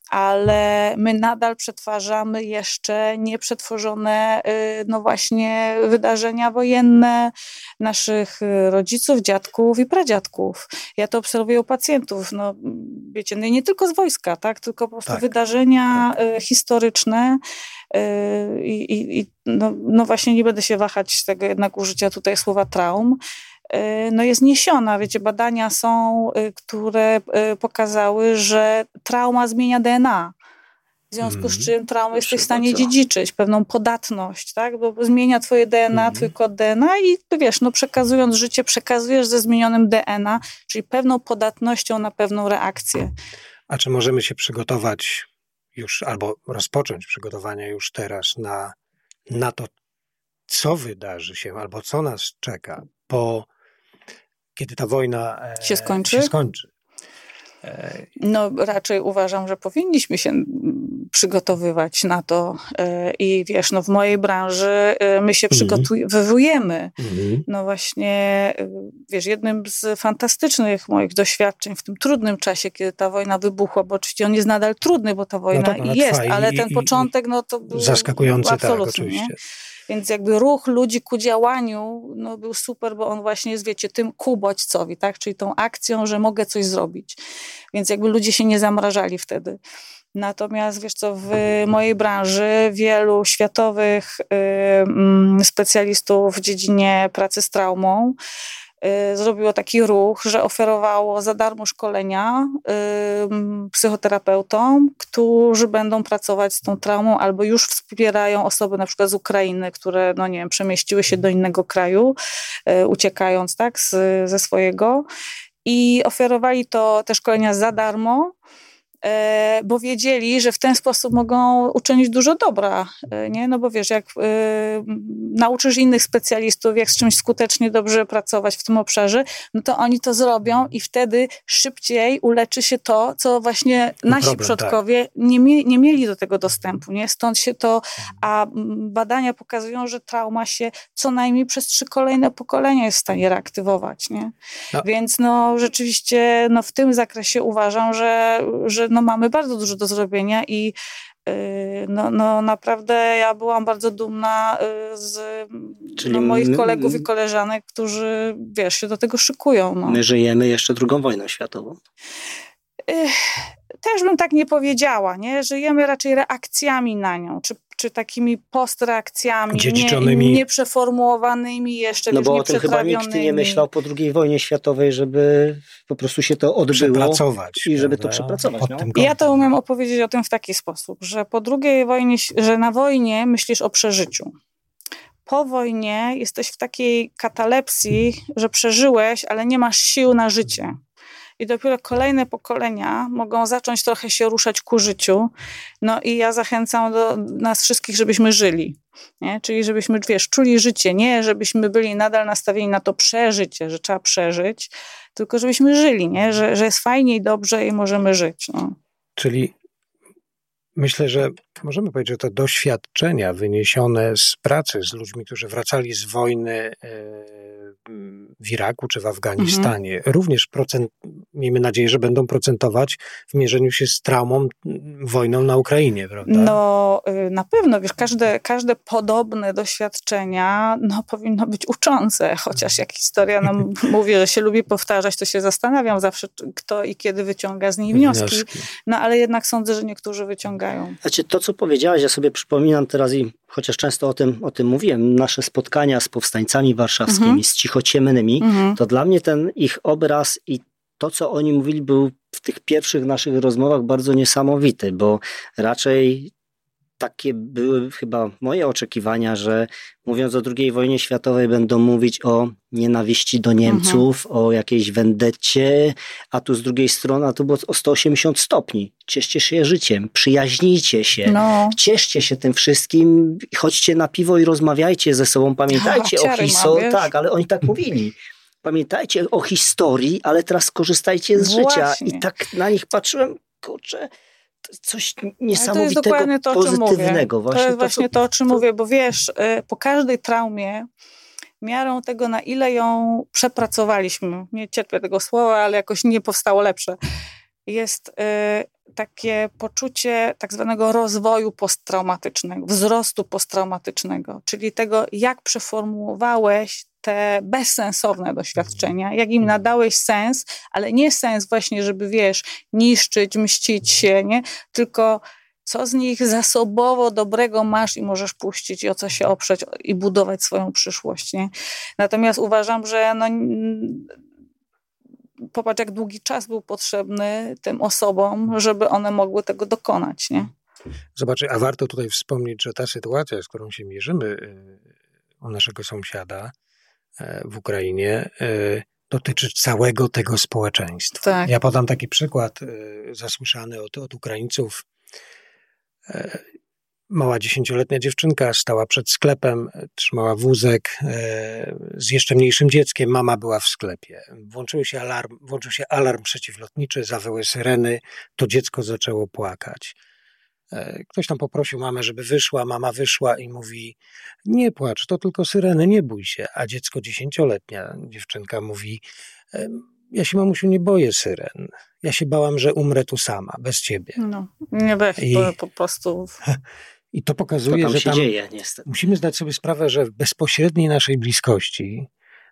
ale my nadal przetwarzamy jeszcze nieprzetworzone właśnie wydarzenia wojenne naszych rodziców, dziadków i pradziadków. Ja to obserwuję u pacjentów, wiecie, nie tylko z wojska, tak, tylko po prostu wydarzenia historyczne i właśnie nie będę się wahać z tego jednak użycia tutaj słowa traum. Jest niesiona. Wiecie, badania są, które pokazały, że trauma zmienia DNA. W związku z czym traumę jesteś w stanie dziedziczyć, pewną podatność, tak? Bo zmienia twoje DNA, twój kod DNA i wiesz, przekazując życie, przekazujesz ze zmienionym DNA, czyli pewną podatnością na pewną reakcję. A czy możemy się przygotować już, albo rozpocząć przygotowania już teraz na to, co wydarzy się, albo co nas czeka kiedy ta wojna się skończy? Raczej uważam, że powinniśmy się przygotowywać na to i wiesz, w mojej branży my się przygotowujemy. Właśnie, wiesz, jednym z fantastycznych moich doświadczeń w tym trudnym czasie, kiedy ta wojna wybuchła, bo oczywiście on jest nadal trudny, bo ta wojna jest, ale ten początek, to był zaskakujący, absolutnie, tak, oczywiście. Nie? Więc jakby ruch ludzi ku działaniu był super, bo on właśnie jest, wiecie, tym ku bodźcowi, tak? Czyli tą akcją, że mogę coś zrobić. Więc jakby ludzie się nie zamrażali wtedy. Natomiast wiesz co, w mojej branży wielu światowych specjalistów w dziedzinie pracy z traumą zrobiło taki ruch, że oferowało za darmo szkolenia psychoterapeutom, którzy będą pracować z tą traumą albo już wspierają osoby na przykład z Ukrainy, które, przemieściły się do innego kraju, uciekając, tak, ze swojego. I oferowali te szkolenia za darmo, bo wiedzieli, że w ten sposób mogą uczynić dużo dobra, nie? Bo wiesz, jak nauczysz innych specjalistów, jak z czymś skutecznie dobrze pracować w tym obszarze, to oni to zrobią i wtedy szybciej uleczy się to, co właśnie nasi przodkowie nie mieli do tego dostępu, nie? Stąd się a badania pokazują, że trauma się co najmniej przez 3 kolejne pokolenia jest w stanie reaktywować, nie? Więc rzeczywiście w tym zakresie uważam, że mamy bardzo dużo do zrobienia i naprawdę ja byłam bardzo dumna z moich kolegów i koleżanek, którzy, wiesz, się do tego szykują. My żyjemy jeszcze II wojną światową. Też bym tak nie powiedziała, nie? Żyjemy raczej reakcjami na nią, czy takimi postreakcjami, nieprzeformułowanymi jeszcze, no bo o tym chyba nikt nie myślał po II wojnie światowej, żeby po prostu się to odbyło i żeby to przepracować. Ja to umiem opowiedzieć o tym w taki sposób, że po II wojnie, że na wojnie myślisz o przeżyciu. Po wojnie jesteś w takiej katalepsji, że przeżyłeś, ale nie masz sił na życie. I dopiero kolejne pokolenia mogą zacząć trochę się ruszać ku życiu. No i ja zachęcam do nas wszystkich, żebyśmy żyli. Nie? Czyli żebyśmy, czuli życie. Nie, żebyśmy byli nadal nastawieni na to przeżycie, że trzeba przeżyć, tylko żebyśmy żyli, nie? Że jest fajnie i dobrze i możemy żyć. No. Czyli myślę, że możemy powiedzieć, że te doświadczenia wyniesione z pracy z ludźmi, którzy wracali z wojny w Iraku czy w Afganistanie, również miejmy nadzieję, że będą procentować w mierzeniu się z traumą, wojną na Ukrainie, prawda? No na pewno, każde podobne doświadczenia powinno być uczące, chociaż jak historia nam mówi, że się lubi powtarzać, to się zastanawiam zawsze, kto i kiedy wyciąga z niej wnioski. No ale jednak sądzę, że niektórzy wyciągają. Znaczy to, co powiedziałaś, ja sobie przypominam teraz i chociaż często o tym mówiłem, nasze spotkania z powstańcami warszawskimi, z cichociemnymi, to dla mnie ten ich obraz i to, co oni mówili, był w tych pierwszych naszych rozmowach bardzo niesamowity, bo raczej takie były chyba moje oczekiwania, że mówiąc o II wojnie światowej będą mówić o nienawiści do Niemców, o jakiejś wendecie, a tu z drugiej strony, a to było o 180 stopni. Cieszcie się życiem, przyjaźnijcie się, cieszcie się tym wszystkim, chodźcie na piwo i rozmawiajcie ze sobą, pamiętajcie o historii. Tak, ale oni tak mówili. Pamiętajcie o historii, ale teraz korzystajcie z życia. I tak na nich patrzyłem, kurczę, coś niesamowitego, pozytywnego. To jest właśnie to, o czym mówię, bo wiesz, po każdej traumie, miarą tego, na ile ją przepracowaliśmy, nie cierpię tego słowa, ale jakoś nie powstało lepsze, jest takie poczucie tak zwanego rozwoju posttraumatycznego, wzrostu posttraumatycznego, czyli tego, jak przeformułowałeś te bezsensowne doświadczenia, jak im nadałeś sens, ale nie sens właśnie, żeby niszczyć, mścić się, nie? Tylko co z nich zasobowo dobrego masz i możesz puścić i o co się oprzeć i budować swoją przyszłość, nie? Natomiast uważam, że popatrz, jak długi czas był potrzebny tym osobom, żeby one mogły tego dokonać, nie? Zobacz, a warto tutaj wspomnieć, że ta sytuacja, z którą się mierzymy u naszego sąsiada w Ukrainie, dotyczy całego tego społeczeństwa. Tak. Ja podam taki przykład zasłyszany od Ukraińców. Mała 10-letnia dziewczynka stała przed sklepem, trzymała wózek z jeszcze mniejszym dzieckiem. Mama była w sklepie. Włączył się alarm przeciwlotniczy, zawyły syreny. To dziecko zaczęło płakać. Ktoś tam poprosił mamę, żeby wyszła. Mama wyszła i mówi: nie płacz, to tylko syreny, nie bój się. A dziecko 10-letnia dziewczynka mówi: ja się, mamusiu, nie boję syren. Ja się bałam, że umrę tu sama, bez ciebie. No, nie po prostu... I to pokazuje, że tam dzieje, niestety. Musimy zdać sobie sprawę, że w bezpośredniej naszej bliskości,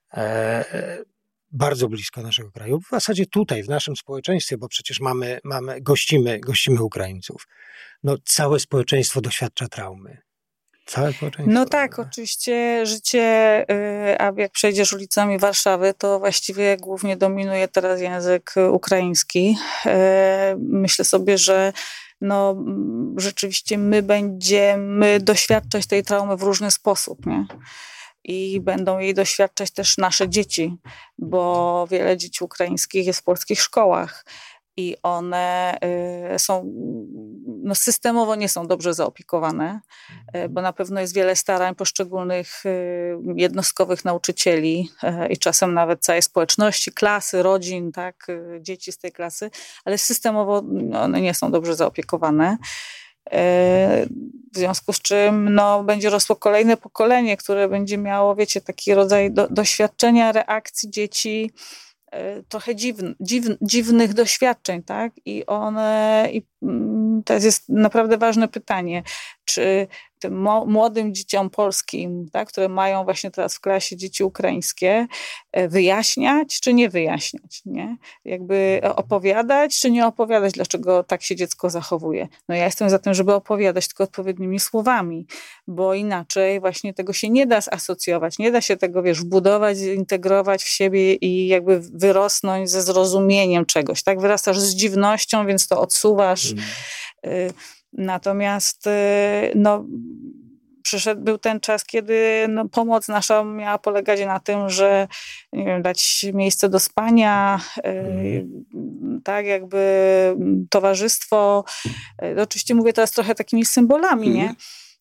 bardzo blisko naszego kraju, w zasadzie tutaj, w naszym społeczeństwie, bo przecież gościmy Ukraińców, całe społeczeństwo doświadcza traumy. Całe społeczeństwo. No tak, oczywiście życie, a jak przejdziesz ulicami Warszawy, to właściwie głównie dominuje teraz język ukraiński. Myślę sobie, że rzeczywiście my będziemy doświadczać tej traumy w różny sposób, nie? I będą jej doświadczać też nasze dzieci, bo wiele dzieci ukraińskich jest w polskich szkołach i one są, systemowo nie są dobrze zaopiekowane, bo na pewno jest wiele starań poszczególnych jednostkowych nauczycieli i czasem nawet całej społeczności, klasy, rodzin, tak, dzieci z tej klasy, ale systemowo one nie są dobrze zaopiekowane. W związku z czym będzie rosło kolejne pokolenie, które będzie miało, taki rodzaj doświadczenia, reakcji dzieci, trochę dziwnych doświadczeń, tak? I to jest naprawdę ważne pytanie, czy tym młodym dzieciom polskim, tak, które mają właśnie teraz w klasie dzieci ukraińskie, wyjaśniać, czy nie wyjaśniać, nie? Jakby opowiadać, czy nie opowiadać, dlaczego tak się dziecko zachowuje. No ja jestem za tym, żeby opowiadać tylko odpowiednimi słowami, bo inaczej właśnie tego się nie da zasocjować, nie da się tego, wbudować, zintegrować w siebie i jakby wyrosnąć ze zrozumieniem czegoś, tak? Wyrastasz z dziwnością, więc to odsuwasz. Natomiast był ten czas, kiedy pomoc nasza miała polegać na tym, że nie wiem, dać miejsce do spania, tak jakby towarzystwo. Oczywiście mówię teraz trochę takimi symbolami, nie?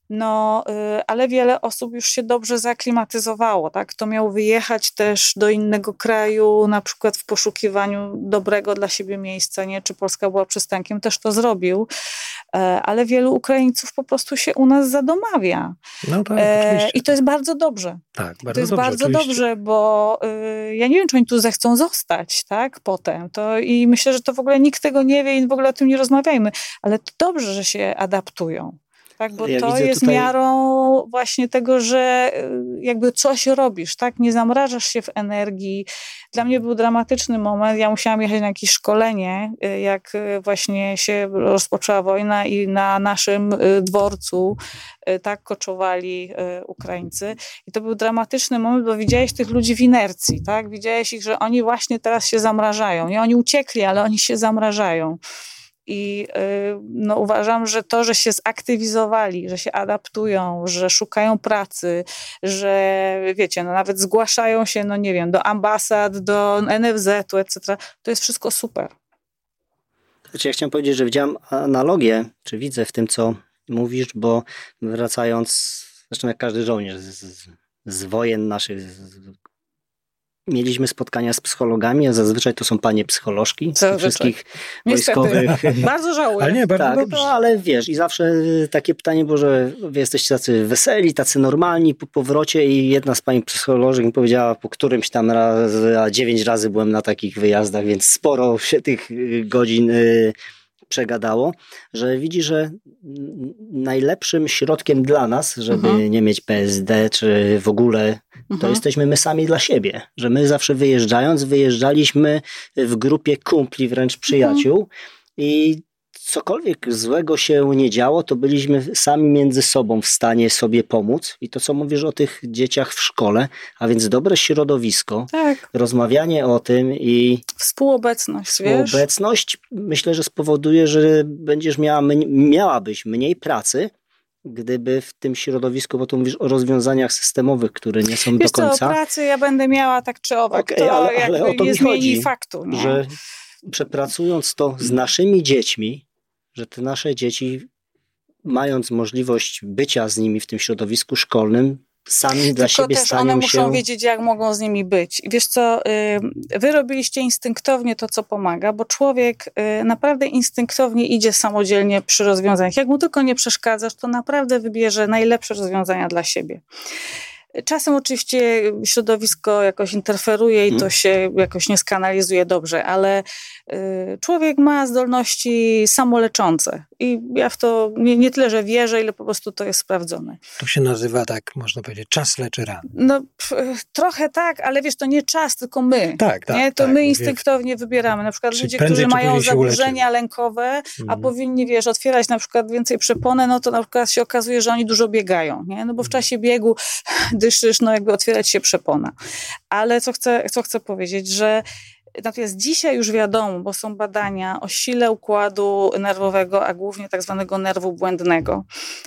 Ale wiele osób już się dobrze zaaklimatyzowało, tak? Kto miał wyjechać też do innego kraju, na przykład w poszukiwaniu dobrego dla siebie miejsca, nie? Czy Polska była przystankiem, też to zrobił. Ale wielu Ukraińców po prostu się u nas zadomawia. No tak, oczywiście. I to jest bardzo dobrze. Tak, bardzo to jest dobrze, bardzo oczywiście. dobrze, bo ja nie wiem, czy oni tu zechcą zostać, tak, potem. I myślę, że to w ogóle nikt tego nie wie i w ogóle o tym nie rozmawiajmy. Ale to dobrze, że się adaptują. Tak, bo to jest miarą właśnie tego, że jakby coś robisz, tak? Nie zamrażasz się w energii. Dla mnie był dramatyczny moment. Ja musiałam jechać na jakieś szkolenie, jak właśnie się rozpoczęła wojna i na naszym dworcu tak koczowali Ukraińcy. I to był dramatyczny moment, bo widziałeś tych ludzi w inercji, tak? Widziałeś ich, że oni właśnie teraz się zamrażają. Nie, oni uciekli, ale oni się zamrażają. I uważam, że to, że się zaktywizowali, że się adaptują, że szukają pracy, że wiecie, nawet zgłaszają się, nie wiem, do ambasad, do NFZ-u, etc., to jest wszystko super. Znaczy, ja chciałem powiedzieć, że widziałem analogię, czy widzę w tym, co mówisz, bo wracając, zresztą jak każdy żołnierz z wojen naszych, mieliśmy spotkania z psychologami, a zazwyczaj to są panie psycholożki wszystkich wojskowych. Bardzo żałuję. Ale nie, bardzo dobrze. Ale wiesz, i zawsze takie pytanie było, że wy jesteście tacy weseli, tacy normalni po powrocie i jedna z pani psycholożek mi powiedziała po którymś tam razy, a 9 razy byłem na takich wyjazdach, więc sporo się tych godzin przegadało, że widzi, że najlepszym środkiem dla nas, żeby nie mieć PSD, czy w ogóle, to jesteśmy my sami dla siebie. Że my zawsze wyjeżdżaliśmy w grupie kumpli, wręcz przyjaciół i cokolwiek złego się nie działo, to byliśmy sami między sobą w stanie sobie pomóc. I to, co mówisz o tych dzieciach w szkole, a więc dobre środowisko, rozmawianie o tym i współobecność, myślę, że spowoduje, że będziesz miałabyś mniej pracy, gdyby w tym środowisku, bo tu mówisz o rozwiązaniach systemowych, które nie są do końca. O pracy ja będę miała tak czy owak. Ale o to nie mi zmieni chodzi, faktu. Nie? Że przepracując to z naszymi dziećmi, że te nasze dzieci, mając możliwość bycia z nimi w tym środowisku szkolnym, sami dla siebie też staną one się... muszą wiedzieć, jak mogą z nimi być. I wiesz co, wy robiliście instynktownie to, co pomaga, bo człowiek naprawdę instynktownie idzie samodzielnie przy rozwiązaniach. Jak mu tylko nie przeszkadzasz, to naprawdę wybierze najlepsze rozwiązania dla siebie. Czasem oczywiście środowisko jakoś interferuje i to się jakoś nie skanalizuje dobrze, ale człowiek ma zdolności samoleczące i ja w to nie tyle, że wierzę, ile po prostu to jest sprawdzone. To się nazywa tak, można powiedzieć, czas leczy rany. Trochę tak, ale wiesz, to nie czas, tylko my. Tak, nie? To my instynktownie wybieramy. Na przykład ludzie, którzy mają zaburzenia lękowe, a powinni, wiesz, otwierać na przykład więcej przepony, no to na przykład się okazuje, że oni dużo biegają, nie? No bo w czasie biegu dyszysz, jakby otwierać się przepona. Ale co chcę powiedzieć, że natomiast dzisiaj już wiadomo, bo są badania o sile układu nerwowego, a głównie tak zwanego nerwu błędnego,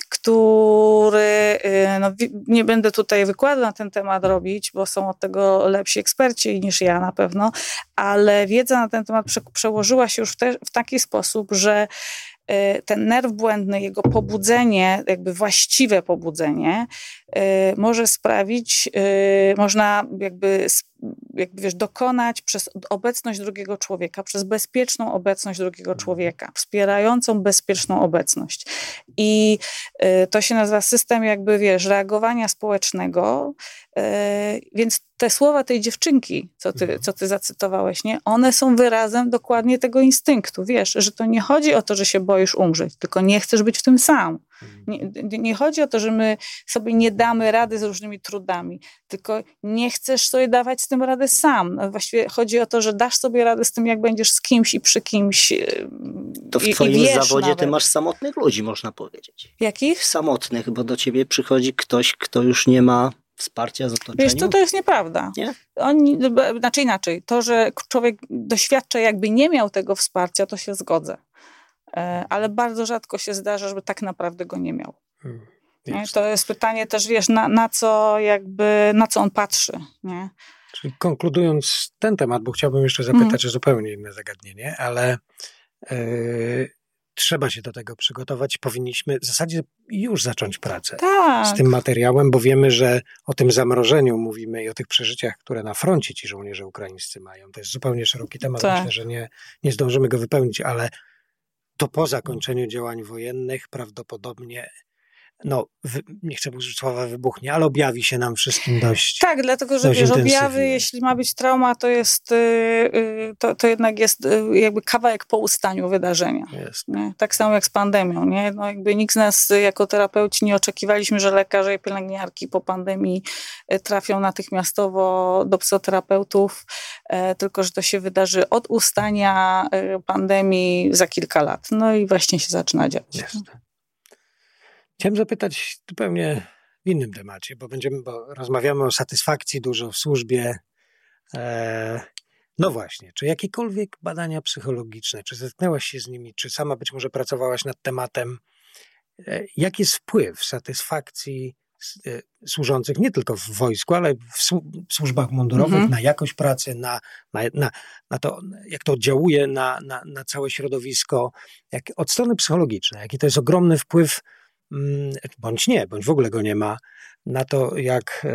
który, nie będę tutaj wykładu na ten temat robić, bo są od tego lepsi eksperci niż ja na pewno, ale wiedza na ten temat przełożyła się już w taki sposób, że ten nerw błędny, jego pobudzenie, jakby właściwe pobudzenie, może sprawić, można jakby wiesz, dokonać przez obecność drugiego człowieka, przez bezpieczną obecność drugiego człowieka, wspierającą bezpieczną obecność. I to się nazywa system jakby, wiesz, reagowania społecznego Więc te słowa tej dziewczynki, co ty zacytowałeś, nie? One są wyrazem dokładnie tego instynktu. Wiesz, że to nie chodzi o to, że się boisz umrzeć, tylko nie chcesz być w tym sam. Nie chodzi o to, że my sobie nie damy rady z różnymi trudami, tylko nie chcesz sobie dawać z tym rady sam. No właściwie chodzi o to, że dasz sobie radę z tym, jak będziesz z kimś i przy kimś. To w twoim zawodzie ty masz samotnych ludzi, można powiedzieć. Jakich? Samotnych, bo do ciebie przychodzi ktoś, kto już nie ma wsparcia z otoczenia. Wiesz co, to jest nieprawda. Nie? Znaczy inaczej, to, że człowiek doświadcza, jakby nie miał tego wsparcia, to się zgodzę. Ale bardzo rzadko się zdarza, żeby tak naprawdę go nie miał. To jest pytanie też, wiesz, na co on patrzy. Nie? Czyli konkludując ten temat, bo chciałbym jeszcze zapytać o zupełnie inne zagadnienie, ale trzeba się do tego przygotować. Powinniśmy w zasadzie już zacząć pracę z tym materiałem, bo wiemy, że o tym zamrożeniu mówimy i o tych przeżyciach, które na froncie ci żołnierze ukraińscy mają. To jest zupełnie szeroki temat. Tak. Myślę, że nie zdążymy go wypełnić, ale to po zakończeniu działań wojennych prawdopodobnie, nie chcę użyć słowa wybuchnie, ale objawi się nam wszystkim dość. Tak, dlatego, że wiesz, objawy, jeśli ma być trauma, to jest, to jednak jest jakby kawałek po ustaniu wydarzenia. Nie? Tak samo jak z pandemią, nie? No jakby nikt z nas jako terapeuci nie oczekiwaliśmy, że lekarze i pielęgniarki po pandemii trafią natychmiastowo do psychoterapeutów, tylko że to się wydarzy od ustania pandemii za kilka lat. No i właśnie się zaczyna dziać. Chciałem zapytać zupełnie w innym temacie, bo rozmawiamy o satysfakcji dużo w służbie. No właśnie, czy jakiekolwiek badania psychologiczne, czy zetknęłaś się z nimi, czy sama być może pracowałaś nad tematem, jaki jest wpływ satysfakcji służących nie tylko w wojsku, ale w służbach mundurowych na jakość pracy, na to, jak to oddziałuje na całe środowisko, od strony psychologicznej, jaki to jest ogromny wpływ, bądź w ogóle go nie ma, na to, jak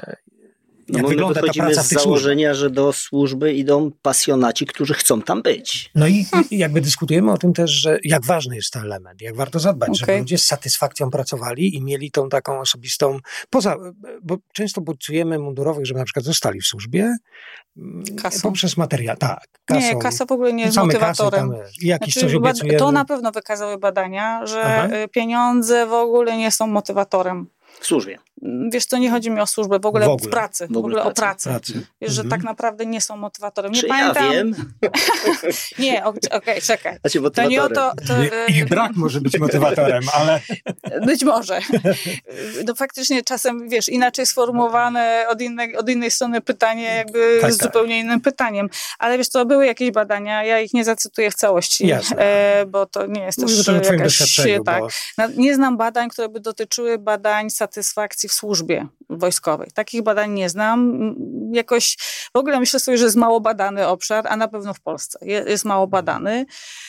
wygląda ta praca w tych z założenia, że do służby idą pasjonaci, którzy chcą tam być. No i jakby dyskutujemy o tym też, że jak ważny jest ten element, jak warto zadbać, żeby ludzie z satysfakcją pracowali i mieli tą taką osobistą, bo często bodźcujemy mundurowych, żeby na przykład zostali w służbie poprzez materiał. Tak, kasą. Nie, kasa w ogóle nie jest motywatorem. I jakiś coś obiecujemy. To na pewno wykazały badania, że pieniądze w ogóle nie są motywatorem. W służbie. Wiesz co, nie chodzi mi o służbę, w ogóle w pracy. W ogóle o pracy. Wiesz, że tak naprawdę nie są motywatorem. Nie pamiętam. Ja wiem. Nie, okej, czekaj. To nie o to... Ich brak może być motywatorem, ale... Być może. No faktycznie czasem, wiesz, inaczej sformułowane od innej strony pytanie jakby z zupełnie innym pytaniem. Ale wiesz co, były jakieś badania, ja ich nie zacytuję w całości, bo to nie jest też jakaś... Tak. Nie znam badań, które by dotyczyły badań satysfakcji w służbie wojskowej. Takich badań nie znam. Jakoś w ogóle myślę sobie, że jest mało badany obszar, a na pewno w Polsce jest mało badany.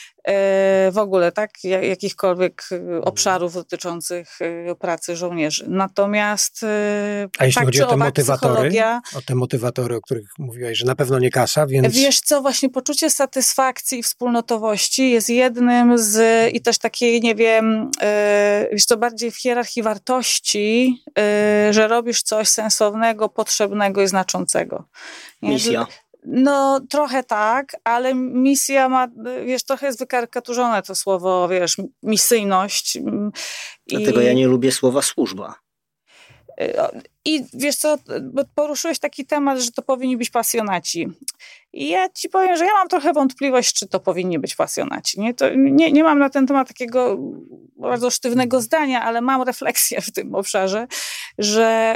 W ogóle, tak? Jakichkolwiek obszarów dotyczących pracy żołnierzy. Natomiast a jeśli chodzi o te motywatory, o których mówiłaś, że na pewno nie kasa, więc... Wiesz co, właśnie poczucie satysfakcji i wspólnotowości jest jednym i też takiej, nie wiem, wiesz co, bardziej w hierarchii wartości, że robisz coś sensownego, potrzebnego i znaczącego. Misja. No trochę tak, ale misja ma, wiesz, trochę jest wykarykaturzone to słowo, wiesz, misyjność. Dlatego ja nie lubię słowa służba. I wiesz co, bo poruszyłeś taki temat, że to powinni być pasjonaci. I ja ci powiem, że ja mam trochę wątpliwość, czy to powinni być pasjonaci. Nie mam na ten temat takiego bardzo sztywnego zdania, ale mam refleksję w tym obszarze, że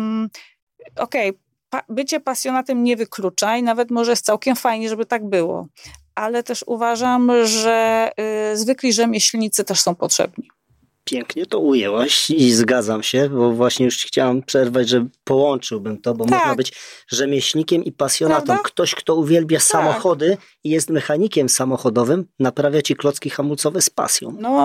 bycie pasjonatem nie wyklucza i nawet może jest całkiem fajnie, żeby tak było. Ale też uważam, że zwykli rzemieślnicy też są potrzebni. Pięknie to ujęłaś i zgadzam się, bo właśnie już chciałam przerwać, że połączyłbym to, bo można być rzemieślnikiem i pasjonatą. Prawda? Ktoś, kto uwielbia samochody i jest mechanikiem samochodowym, naprawia ci klocki hamulcowe z pasją. No,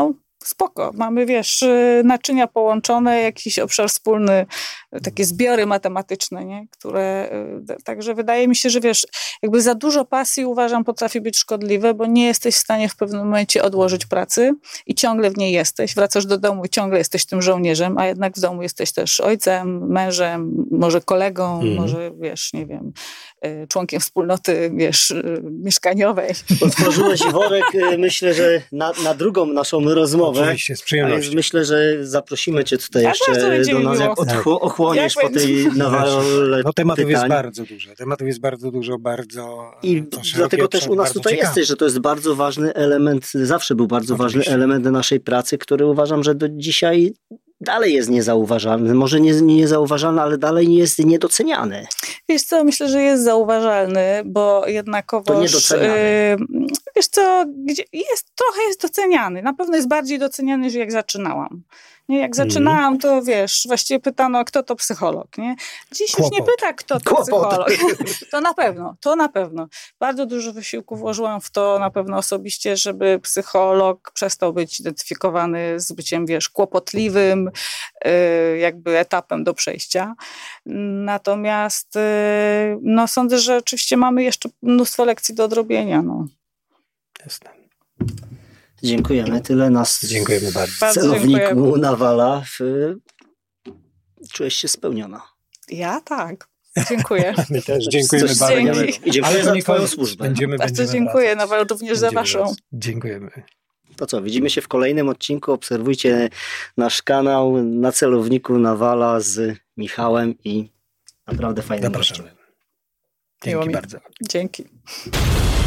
spoko. Mamy, wiesz, naczynia połączone, jakiś obszar wspólny, takie zbiory matematyczne, nie? Które, także wydaje mi się, że wiesz, jakby za dużo pasji uważam potrafi być szkodliwe, bo nie jesteś w stanie w pewnym momencie odłożyć pracy i ciągle w niej jesteś. Wracasz do domu i ciągle jesteś tym żołnierzem, a jednak w domu jesteś też ojcem, mężem, może kolegą, może, wiesz, nie wiem, członkiem wspólnoty, wiesz, mieszkaniowej. Otworzyłeś worek, myślę, że na drugą naszą rozmowę. Oczywiście, z przyjemnością. Myślę, że zaprosimy cię tutaj jeszcze do nas, jak ochłoniesz po tej nawale. No tematów jest bardzo dużo, bardzo... I dlatego też u nas tutaj jesteś, że to jest bardzo ważny element, zawsze był bardzo ważny element naszej pracy, który uważam, że do dzisiaj dalej jest niezauważalny. Może nie niezauważalny, ale dalej jest niedoceniany. Wiesz co, myślę, że jest zauważalny, bo jednakowoż... To niedoceniany. Wiesz co, trochę jest doceniany. Na pewno jest bardziej doceniany, niż jak zaczynałam. Nie, jak zaczynałam, to wiesz, właściwie pytano, kto to psycholog, nie? Dziś już nie pyta, kto to psycholog. To na pewno. Bardzo dużo wysiłku włożyłam w to, na pewno osobiście, żeby psycholog przestał być identyfikowany z byciem, wiesz, kłopotliwym, jakby etapem do przejścia. Natomiast no, sądzę, że oczywiście mamy jeszcze mnóstwo lekcji do odrobienia. No. Jasne. Dziękujemy. Tyle nas Dziękujemy bardzo. w celowniku nawala. Czułeś się spełniona. Ja tak. Dziękuję. My też dziękujemy bardzo. I dziękuję za twoją służbę. Bardzo dziękuję, Nawal, również za waszą. Dziękujemy. To co, widzimy się w kolejnym odcinku. Obserwujcie nasz kanał na celowniku Nawala z Michałem i naprawdę fajnym gościem. Dzięki bardzo. Dzięki.